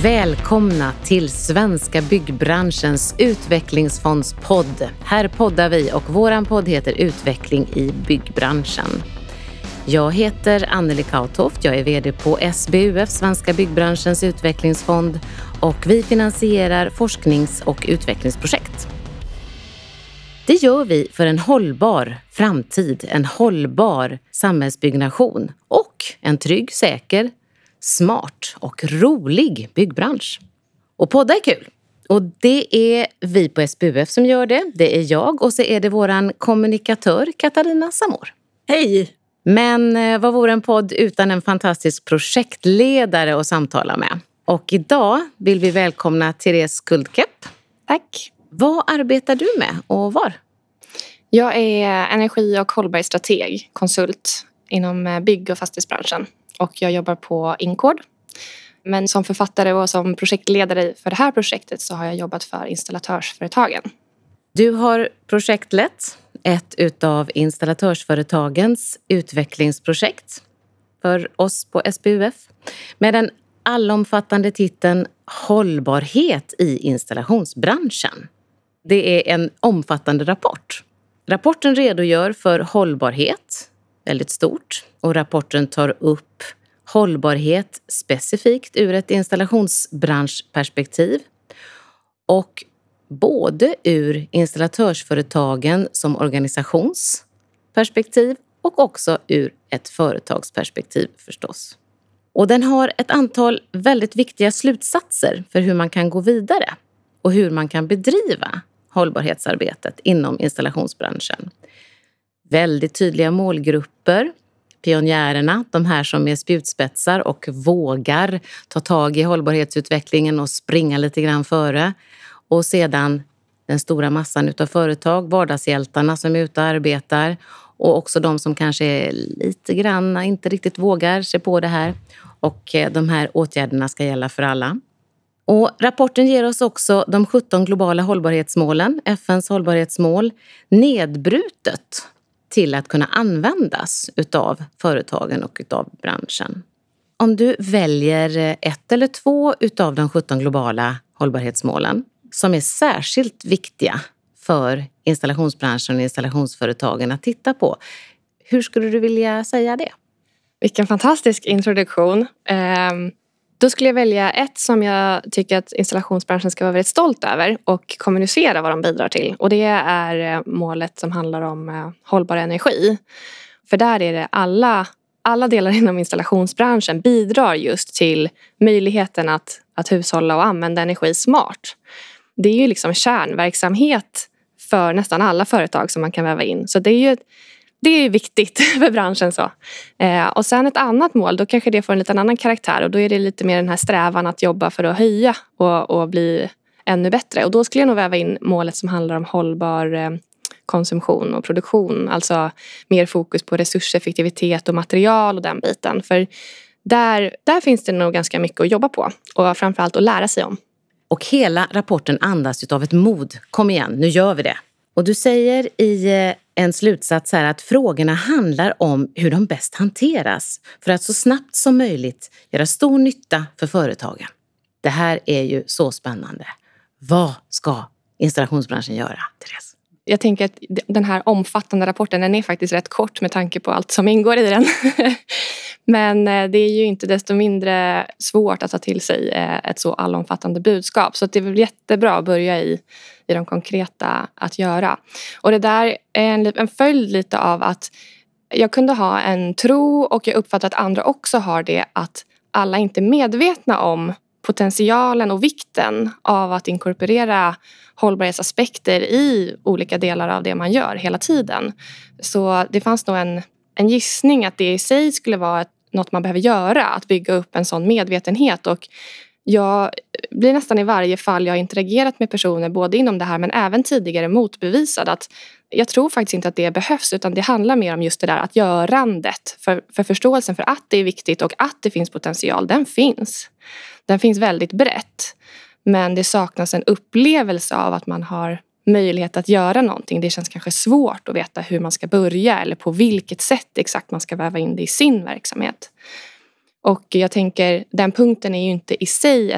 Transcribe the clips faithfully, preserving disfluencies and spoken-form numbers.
Välkomna till Svenska byggbranschens utvecklingsfondspodd. Här poddar vi och våran podd heter Utveckling i byggbranschen. Jag heter Anneli Kautoft, jag är vd på S B U F, Svenska byggbranschens utvecklingsfond, och vi finansierar forsknings- och utvecklingsprojekt. Det gör vi för en hållbar framtid, en hållbar samhällsbyggnation och en trygg, säker, smart och rolig byggbransch. Och podda är kul. Och det är vi på S B U F som gör det. Det är jag och så är det våran kommunikatör Katarina Samor. Hej! Men vad vore en podd utan en fantastisk projektledare att samtala med? Och idag vill vi välkomna Therese Kuldkepp. Tack. Vad arbetar du med och var? Jag är energi- och hållbarhetsstrateg, konsult inom bygg- och fastighetsbranschen. Och jag jobbar på Incord. Men som författare och som projektledare för det här projektet så har jag jobbat för installatörsföretagen. Du har projektlett ett utav installatörsföretagens utvecklingsprojekt för oss på S B U F med den allomfattande titeln Hållbarhet i installationsbranschen. Det är en omfattande rapport. Rapporten redogör för hållbarhet, väldigt stort, och rapporten tar upp hållbarhet specifikt ur ett installationsbranschperspektiv och både ur installatörsföretagen som organisationsperspektiv och också ur ett företagsperspektiv förstås. Och den har ett antal väldigt viktiga slutsatser för hur man kan gå vidare och hur man kan bedriva hållbarhetsarbetet inom installationsbranschen. Väldigt tydliga målgrupper, pionjärerna, de här som är spjutspetsar och vågar ta tag i hållbarhetsutvecklingen och springa lite grann före. Och sedan den stora massan utav företag, vardagshjältarna som är ute och arbetar, och också de som kanske är lite grann inte riktigt vågar sig på det här. Och de här åtgärderna ska gälla för alla. Och rapporten ger oss också de sjutton globala hållbarhetsmålen, F N:s hållbarhetsmål, nedbrutet till att kunna användas utav företagen och utav branschen. Om du väljer ett eller två utav de sjutton globala hållbarhetsmålen som är särskilt viktiga för installationsbranschen och installationsföretagen att titta på, hur skulle du vilja säga det? Vilken fantastisk introduktion. Um... Då skulle jag välja ett som jag tycker att installationsbranschen ska vara väldigt stolt över och kommunicera vad de bidrar till. Och det är målet som handlar om hållbar energi. För där är det alla, alla delar inom installationsbranschen bidrar just till möjligheten att, att hushålla och använda energi smart. Det är ju liksom kärnverksamhet för nästan alla företag som man kan väva in. Så det är ju ett Det är viktigt för branschen så. Eh, och sen ett annat mål, då kanske det får en liten annan karaktär. Och då är det lite mer den här strävan att jobba för att höja och, och bli ännu bättre. Och då skulle jag nog väva in målet som handlar om hållbar eh, konsumtion och produktion. Alltså mer fokus på resurseffektivitet och material och den biten. För där, där finns det nog ganska mycket att jobba på. Och framförallt att lära sig om. Och hela rapporten andas utav ett mod. Kom igen, nu gör vi det. Och du säger i en slutsats här att frågorna handlar om hur de bäst hanteras för att så snabbt som möjligt göra stor nytta för företagen. Det här är ju så spännande. Vad ska installationsbranschen göra, Therese? Jag tänker att den här omfattande rapporten, den är faktiskt rätt kort med tanke på allt som ingår i den. Men det är ju inte desto mindre svårt att ta till sig ett så allomfattande budskap. Så det är väl jättebra att börja i, i de konkreta att göra. Och det där är en, en följd lite av att jag kunde ha en tro, och jag uppfattar att andra också har det, att alla inte är medvetna om potentialen och vikten av att inkorporera hållbarhetsaspekter i olika delar av det man gör hela tiden. Så det fanns nog en, en gissning att det i sig skulle vara ett, något man behöver göra, att bygga upp en sån medvetenhet. Och jag blir nästan i varje fall jag har interagerat med personer både inom det här men även tidigare motbevisad att jag tror faktiskt inte att det behövs, utan det handlar mer om just det där att görandet. För, för förståelsen för att det är viktigt och att det finns potential, den finns. Den finns väldigt brett. Men det saknas en upplevelse av att man har möjlighet att göra någonting. Det känns kanske svårt att veta hur man ska börja eller på vilket sätt exakt man ska väva in det i sin verksamhet. Och jag tänker, den punkten är ju inte i sig ett,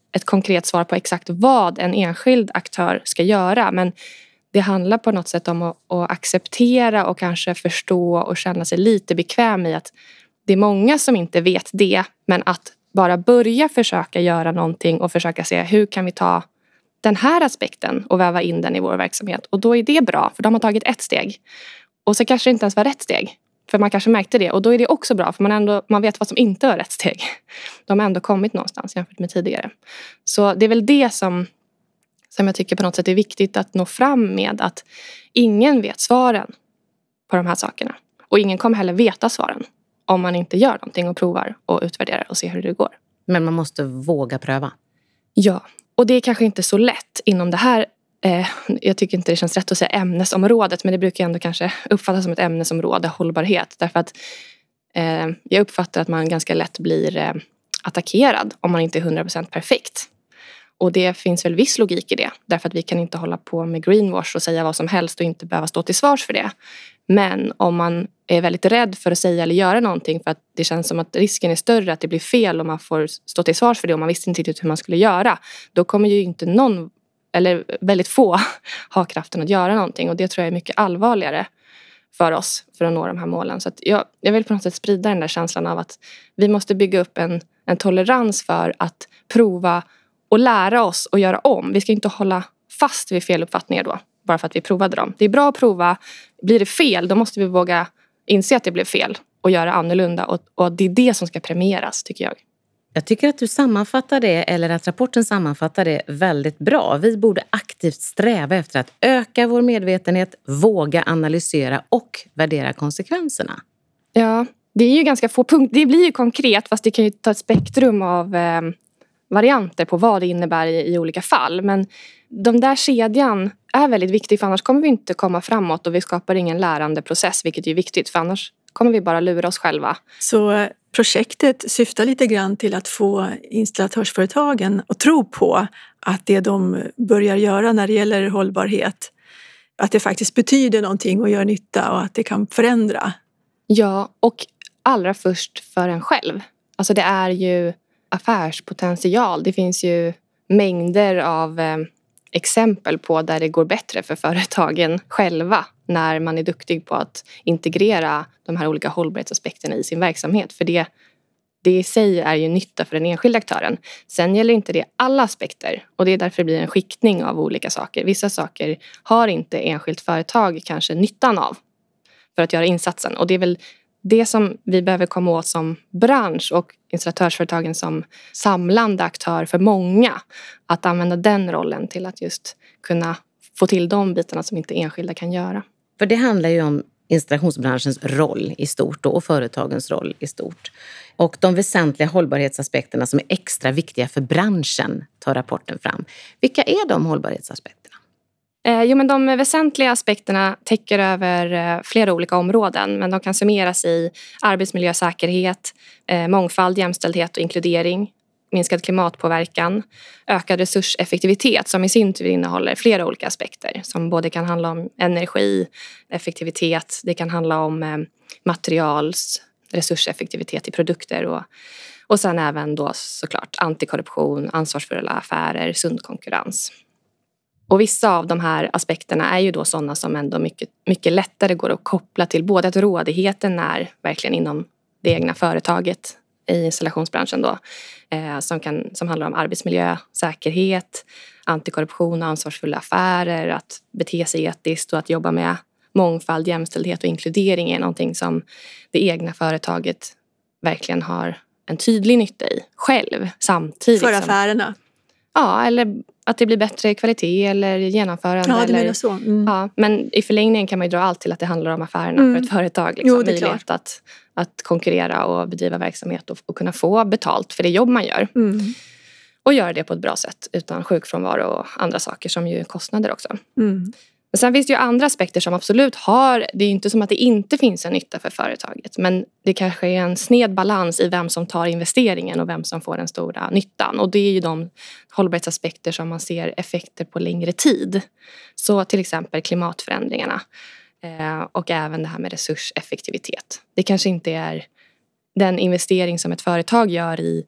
ett konkret svar på exakt vad en enskild aktör ska göra. Men det handlar på något sätt om att, att acceptera och kanske förstå och känna sig lite bekväm i att det är många som inte vet det. Men att bara börja försöka göra någonting och försöka se hur kan vi ta den här aspekten och väva in den i vår verksamhet. Och då är det bra, för de har tagit ett steg. Och så kanske det inte ens var rätt steg. För man kanske märkte det. Och då är det också bra, för man, ändå, man vet vad som inte är rätt steg. De har ändå kommit någonstans jämfört med tidigare. Så det är väl det som, som jag tycker på något sätt är viktigt att nå fram med. Att ingen vet svaren på de här sakerna. Och ingen kommer heller veta svaren om man inte gör någonting och provar och utvärderar och ser hur det går. Men man måste våga pröva. Ja, och det är kanske inte så lätt inom det här. Eh, jag tycker inte det känns rätt att säga ämnesområdet, men det brukar ändå kanske uppfattas som ett ämnesområde, hållbarhet. Därför att eh, jag uppfattar att man ganska lätt blir eh, attackerad om man inte är hundra procent perfekt. Och det finns väl viss logik i det. Därför att vi kan inte hålla på med greenwash och säga vad som helst och inte behöva stå till svars för det. Men om man är väldigt rädd för att säga eller göra någonting för att det känns som att risken är större att det blir fel och man får stå till svars för det och man visste inte riktigt hur man skulle göra. Då kommer ju inte någon, eller väldigt få, ha kraften att göra någonting. Och det tror jag är mycket allvarligare för oss för att nå de här målen. Så att jag, jag vill på något sätt sprida den där känslan av att vi måste bygga upp en, en tolerans för att prova och lära oss och göra om. Vi ska inte hålla fast vid feluppfattningar då, bara för att vi provade dem. Det är bra att prova. Blir det fel, då måste vi våga inse att det blev fel och göra annorlunda. Och, och det är det som ska premieras, tycker jag. Jag tycker att du sammanfattar det, eller att rapporten sammanfattar det väldigt bra. Vi borde aktivt sträva efter att öka vår medvetenhet, våga analysera och värdera konsekvenserna. Ja, det är ju ganska få punkter. Det blir ju konkret, fast det kan ju ta ett spektrum av eh, varianter på vad det innebär i, i olika fall. Men de där kedjan är väldigt viktig, för annars kommer vi inte komma framåt och vi skapar ingen lärande process, vilket är viktigt, för annars kommer vi bara lura oss själva. Så projektet syftar lite grann till att få installatörsföretagen att tro på att det de börjar göra när det gäller hållbarhet, att det faktiskt betyder någonting och gör nytta och att det kan förändra. Ja, och allra först för en själv. Alltså det är ju affärspotential. Det finns ju mängder av eh, exempel på där det går bättre för företagen själva när man är duktig på att integrera de här olika hållbarhetsaspekterna i sin verksamhet. För det, det i sig är ju nytta för den enskilda aktören. Sen gäller inte det alla aspekter, och det är därför det blir en skiktning av olika saker. Vissa saker har inte enskilt företag kanske nyttan av för att göra insatsen, och det är väl det som vi behöver komma åt som bransch och installatörsföretagen som samlande aktör för många. Att använda den rollen till att just kunna få till de bitarna som inte enskilda kan göra. För det handlar ju om installationsbranschens roll i stort och företagens roll i stort. Och de väsentliga hållbarhetsaspekterna som är extra viktiga för branschen tar rapporten fram. Vilka är de hållbarhetsaspekterna? Eh, jo, men de väsentliga aspekterna täcker över eh, flera olika områden, men de kan summeras i arbetsmiljö, säkerhet, eh, mångfald, jämställdhet och inkludering, minskad klimatpåverkan, ökad resurseffektivitet som i sin tur innehåller flera olika aspekter som både kan handla om energi, effektivitet, det kan handla om eh, materials, resurseffektivitet i produkter och, och sen även då såklart antikorruption, ansvarsfulla affärer, sund konkurrens. Och vissa av de här aspekterna är ju då sådana som ändå mycket, mycket lättare går att koppla till både att rådigheten är verkligen inom det egna företaget i installationsbranschen då, eh, som, kan, som handlar om arbetsmiljö, säkerhet, antikorruption och ansvarsfulla affärer, att bete sig etiskt och att jobba med mångfald, jämställdhet och inkludering är någonting som det egna företaget verkligen har en tydlig nytta i själv samtidigt. För affärerna? Som, ja, eller att det blir bättre kvalitet eller genomförande. Ja, det eller, menar så. Mm. Ja, men i förlängningen kan man ju dra allt till att det handlar om affärerna mm. för ett företag. Liksom, jo, det är möjlighet klart. Att, att konkurrera och bedriva verksamhet och, och kunna få betalt för det jobb man gör. Mm. Och göra det på ett bra sätt utan sjukfrånvaro och andra saker som ju är kostnader också. Mm. Men sen finns det ju andra aspekter som absolut har, det är ju inte som att det inte finns en nytta för företaget, men det kanske är en sned balans i vem som tar investeringen och vem som får den stora nyttan. Och det är ju de hållbarhetsaspekter som man ser effekter på längre tid. Så till exempel klimatförändringarna eh, och även det här med resurseffektivitet. Det kanske inte är den investering som ett företag gör i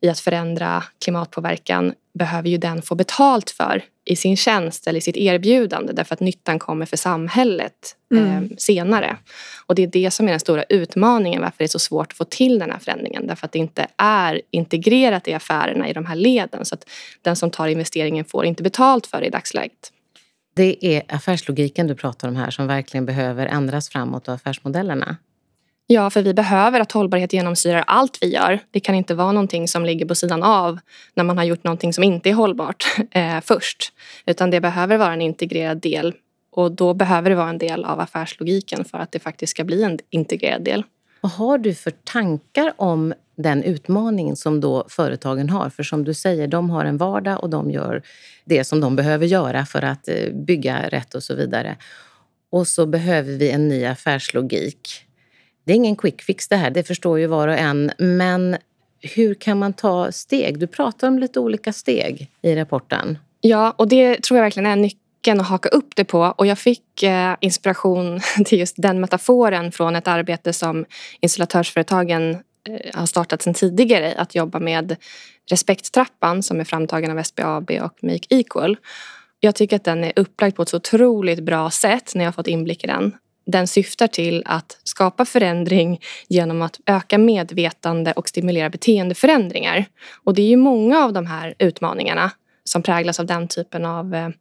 i att förändra klimatpåverkan behöver ju den få betalt för i sin tjänst eller i sitt erbjudande, därför att nyttan kommer för samhället mm. eh, senare. Och det är det som är den stora utmaningen, varför det är så svårt att få till den här förändringen, därför att det inte är integrerat i affärerna i de här leden, så att den som tar investeringen får inte betalt för det i dagsläget. Det är affärslogiken du pratar om här som verkligen behöver ändras framåt, och affärsmodellerna. Ja, för vi behöver att hållbarhet genomsyrar allt vi gör. Det kan inte vara någonting som ligger på sidan av när man har gjort någonting som inte är hållbart eh, först. Utan det behöver vara en integrerad del, och då behöver det vara en del av affärslogiken för att det faktiskt ska bli en integrerad del. Vad har du för tankar om den utmaningen som då företagen har? För som du säger, de har en vardag och de gör det som de behöver göra för att bygga rätt och så vidare. Och så behöver vi en ny affärslogik. Det är ingen quick fix det här, det förstår ju var och en. Men hur kan man ta steg? Du pratar om lite olika steg i rapporten. Ja, och det tror jag verkligen är nyckeln att haka upp det på. Och jag fick eh, inspiration till just den metaforen från ett arbete som installatörsföretagen eh, har startat sedan tidigare. Att jobba med respekttrappan som är framtagen av S B A B och Make Equal. Jag tycker att den är upplagd på ett så otroligt bra sätt när jag har fått inblick i den. Den syftar till att skapa förändring genom att öka medvetande och stimulera beteendeförändringar. Och det är ju många av de här utmaningarna som präglas av den typen av eh,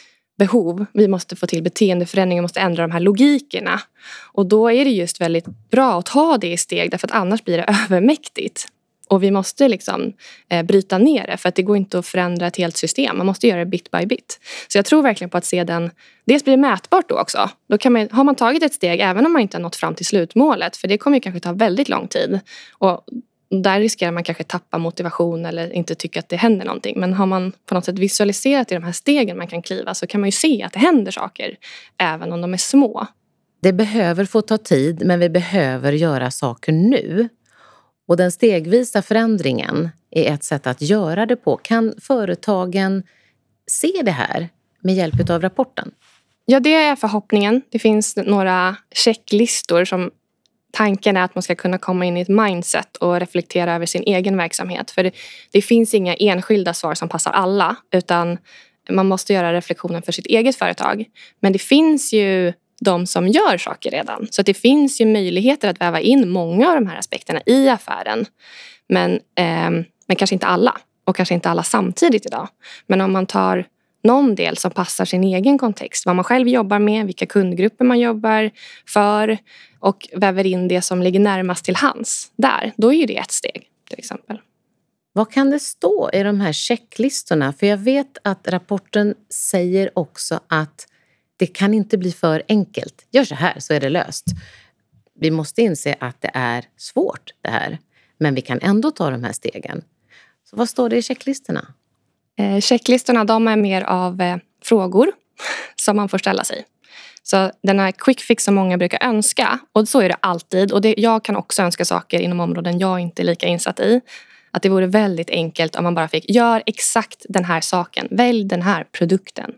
behov. Vi måste få till beteendeförändringar, vi måste ändra de här logikerna. Och då är det just väldigt bra att ta det i steg, därför att annars blir det övermäktigt. Och vi måste liksom eh, bryta ner det, för att det går inte att förändra ett helt system. Man måste göra det bit by bit. Så jag tror verkligen på att se den. Dels blir det mätbart då också. Då kan man, har man tagit ett steg även om man inte har nått fram till slutmålet. För det kommer ju kanske ta väldigt lång tid. Och där riskerar man kanske tappa motivation eller inte tycka att det händer någonting. Men har man på något sätt visualiserat i de här stegen man kan kliva, så kan man ju se att det händer saker. Även om de är små. Det behöver få ta tid, men vi behöver göra saker nu. Och den stegvisa förändringen är ett sätt att göra det på. Kan företagen se det här med hjälp av rapporten? Ja, det är förhoppningen. Det finns några checklistor som tanken är att man ska kunna komma in i ett mindset och reflektera över sin egen verksamhet. För det, det finns inga enskilda svar som passar alla, utan man måste göra reflektionen för sitt eget företag. Men det finns ju de som gör saker redan. Så att det finns ju möjligheter att väva in många av de här aspekterna i affären. Men, eh, men kanske inte alla. Och kanske inte alla samtidigt idag. Men om man tar någon del som passar sin egen kontext. Vad man själv jobbar med, vilka kundgrupper man jobbar för. Och väver in det som ligger närmast till hands där. Då är ju det ett steg till exempel. Vad kan det stå i de här checklistorna? För jag vet att rapporten säger också att det kan inte bli för enkelt. Gör så här så är det löst. Vi måste inse att det är svårt det här. Men vi kan ändå ta de här stegen. Så vad står det i checklistorna? Eh, checklistorna de är mer av eh, frågor som man får ställa sig. Så den här quick fix som många brukar önska. Och så är det alltid. Och det, jag kan också önska saker inom områden jag inte är lika insatt i. Att det vore väldigt enkelt om man bara fick gör exakt den här saken. Välj den här produkten.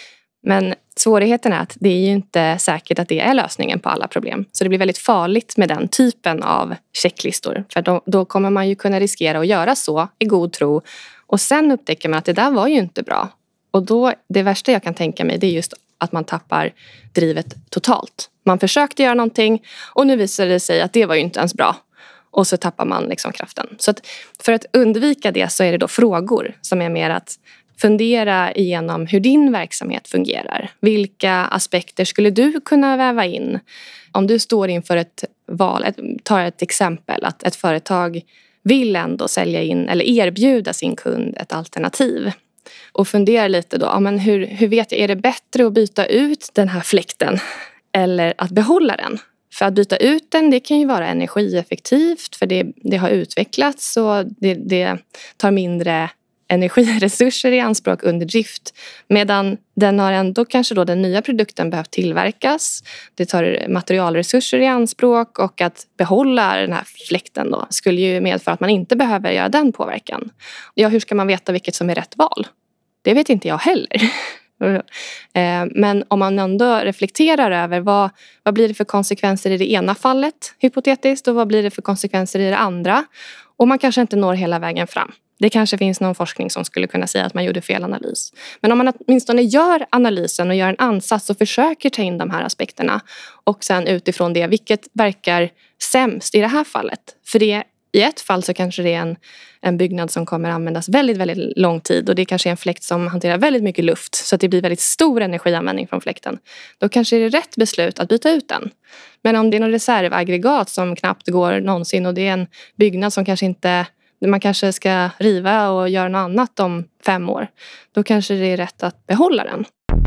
Men svårigheten är att det är ju inte säkert att det är lösningen på alla problem. Så det blir väldigt farligt med den typen av checklistor. För då, då kommer man ju kunna riskera att göra så i god tro. Och sen upptäcker man att det där var ju inte bra. Och då, det värsta jag kan tänka mig, det är just att man tappar drivet totalt. Man försökte göra någonting och nu visar det sig att det var ju inte ens bra. Och så tappar man liksom kraften. Så att för att undvika det så är det då frågor som är mer att fundera igenom hur din verksamhet fungerar. Vilka aspekter skulle du kunna väva in? Om du står inför ett val, ett, tar ett exempel att ett företag vill ändå sälja in eller erbjuda sin kund ett alternativ. Och fundera lite då, ja, men hur, hur vet jag, är det bättre att byta ut den här fläkten eller att behålla den? För att byta ut den, det kan ju vara energieffektivt för det, det har utvecklats och det, det tar mindre energiresurser i anspråk under drift. Medan den har ändå kanske då den nya produkten behövt tillverkas. Det tar materialresurser i anspråk och att behålla den här fläkten då skulle ju medföra att man inte behöver göra den påverkan. Ja, hur ska man veta vilket som är rätt val? Det vet inte jag heller. Men om man ändå reflekterar över vad, vad blir det för konsekvenser i det ena fallet, hypotetiskt, och vad blir det för konsekvenser i det andra? Och man kanske inte når hela vägen fram. Det kanske finns någon forskning som skulle kunna säga att man gjorde fel analys. Men om man åtminstone gör analysen och gör en ansats och försöker ta in de här aspekterna och sen utifrån det, vilket verkar sämst i det här fallet? För det, i ett fall så kanske det är en, en byggnad som kommer användas väldigt, väldigt lång tid och det kanske är en fläkt som hanterar väldigt mycket luft så att det blir väldigt stor energianvändning från fläkten. Då kanske det är rätt beslut att byta ut den. Men om det är någon reservaggregat som knappt går någonsin och det är en byggnad som kanske inte... man kanske ska riva och göra något annat om fem år. Då kanske det är rätt att behålla den.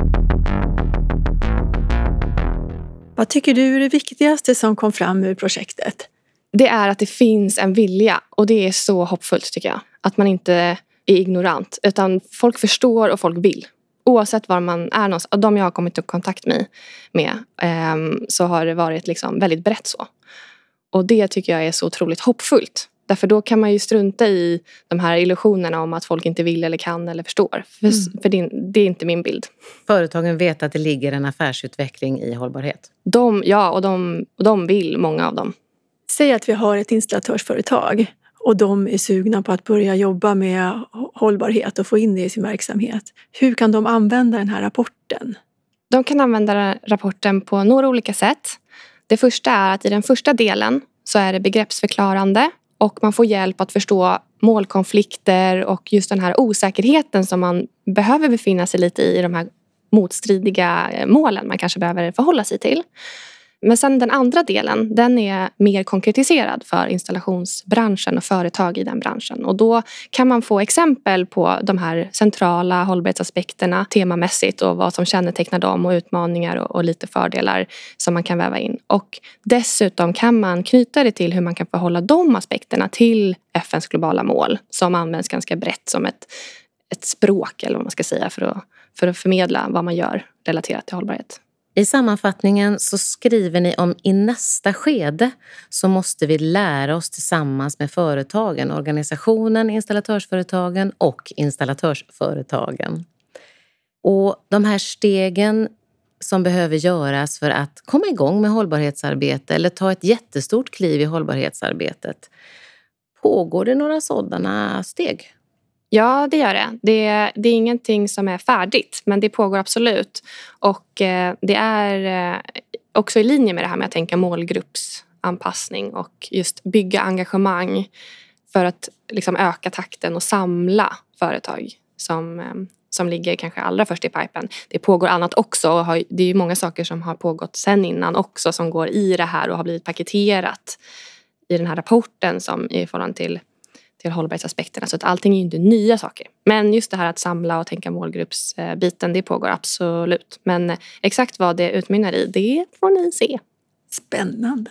Vad tycker du är det viktigaste som kom fram ur projektet? Det är att det finns en vilja. Och det är så hoppfullt tycker jag. Att man inte är ignorant. Utan folk förstår och folk vill. Oavsett var man är någonstans. De jag har kommit i kontakt med, med så har det varit liksom väldigt brett så. Och det tycker jag är så otroligt hoppfullt. Därför då kan man ju strunta i de här illusionerna om att folk inte vill eller kan eller förstår. För, mm. för det, det är inte min bild. Företagen vet att det ligger en affärsutveckling i hållbarhet. De, ja, och de, och de vill, många av dem. Säg att vi har ett installatörsföretag och de är sugna på att börja jobba med hållbarhet och få in det i sin verksamhet. Hur kan de använda den här rapporten? De kan använda rapporten på några olika sätt. Det första är att i den första delen så är det begreppsförklarande. Och man får hjälp att förstå målkonflikter och just den här osäkerheten som man behöver befinna sig lite i, i de här motstridiga målen man kanske behöver förhålla sig till. Men sen den andra delen, den är mer konkretiserad för installationsbranschen och företag i den branschen. Och då kan man få exempel på de här centrala hållbarhetsaspekterna temamässigt och vad som kännetecknar dem och utmaningar och, och lite fördelar som man kan väva in. Och dessutom kan man knyta det till hur man kan förhålla de aspekterna till F N:s globala mål som används ganska brett som ett, ett språk eller vad man ska säga för att, för att förmedla vad man gör relaterat till hållbarhet. I sammanfattningen så skriver ni om i nästa skede så måste vi lära oss tillsammans med företagen, organisationen, installatörsföretagen och installatörsföretagen. Och de här stegen som behöver göras för att komma igång med hållbarhetsarbete eller ta ett jättestort kliv i hållbarhetsarbetet. Pågår det några sådana steg? Ja, det gör det. det. Det är ingenting som är färdigt, men det pågår absolut. Och eh, det är eh, också i linje med det här med att tänka målgruppsanpassning och just bygga engagemang för att liksom, öka takten och samla företag som, eh, som ligger kanske allra först i pipen. Det pågår annat också och har, det är ju många saker som har pågått sen innan också som går i det här och har blivit paketerat i den här rapporten som i förhållande till till hållbarhetsaspekterna. Så att allting är ju inte nya saker. Men just det här att samla och tänka målgruppsbiten, det pågår absolut. Men exakt vad det utmynnar i, det får ni se. Spännande.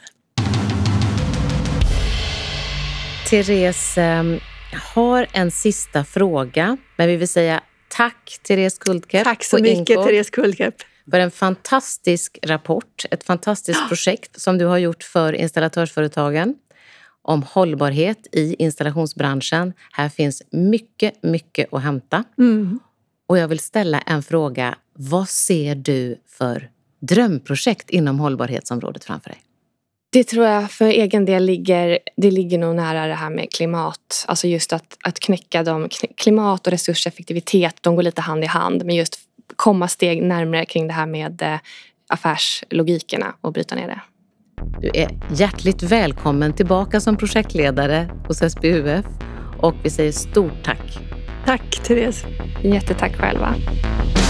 Therese har en sista fråga. Men vi vill säga tack Therese Kuldkepp. Tack så mycket Incod Therese Kuldkepp. För en fantastisk rapport. Ett fantastiskt projekt som du har gjort för installatörsföretagen. Om hållbarhet i installationsbranschen. Här finns mycket, mycket att hämta. Mm. Och jag vill ställa en fråga. Vad ser du för drömprojekt inom hållbarhetsområdet framför dig? Det tror jag för egen del ligger, det ligger nog nära det här med klimat. Alltså just att, att knäcka dem. Klimat och resurseffektivitet, de går lite hand i hand. Men just komma steg närmare kring det här med affärslogikerna och bryta ner det. Du är hjärtligt välkommen tillbaka som projektledare hos S B U F och vi säger stort tack. Tack Therese. Jättetack själva.